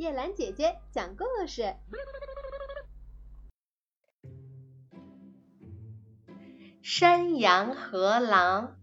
叶兰姐姐讲故事。山羊和狼。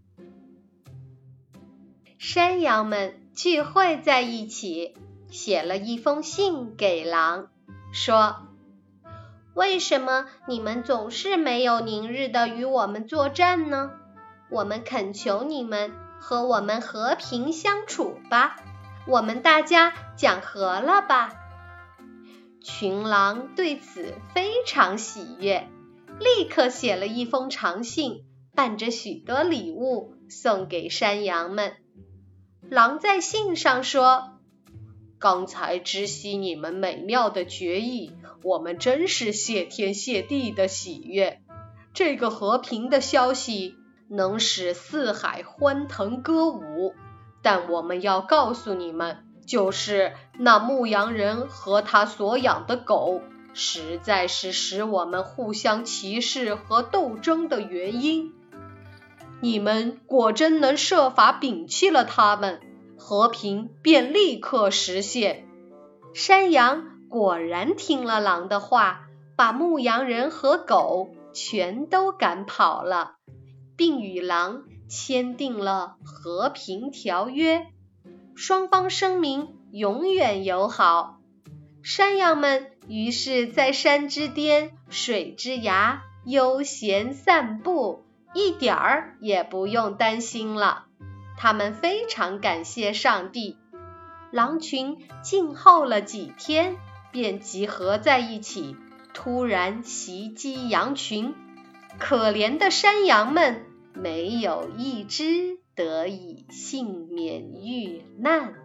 山羊们聚会在一起，写了一封信给狼，说：为什么你们总是没有宁日地与我们作战呢？我们恳求你们和我们和平相处吧，我们大家讲和了吧。群狼对此非常喜悦，立刻写了一封长信，伴着许多礼物送给山羊们。狼在信上说：刚才知悉你们美妙的决议，我们真是谢天谢地的喜悦。这个和平的消息能使四海欢腾歌舞，但我们要告诉你们，就是那牧羊人和他所养的狗，实在是使我们互相歧视和斗争的原因。你们果真能设法摒弃了他们，和平便立刻实现。山羊果然听了狼的话，把牧羊人和狗全都赶跑了，并与狼签订了和平条约，双方声明永远友好。山羊们于是在山之巅、水之崖悠闲散步，一点儿也不用担心了。他们非常感谢上帝。狼群静候了几天，便集合在一起，突然袭击羊群。可怜的山羊们没有一只得以幸免遇难。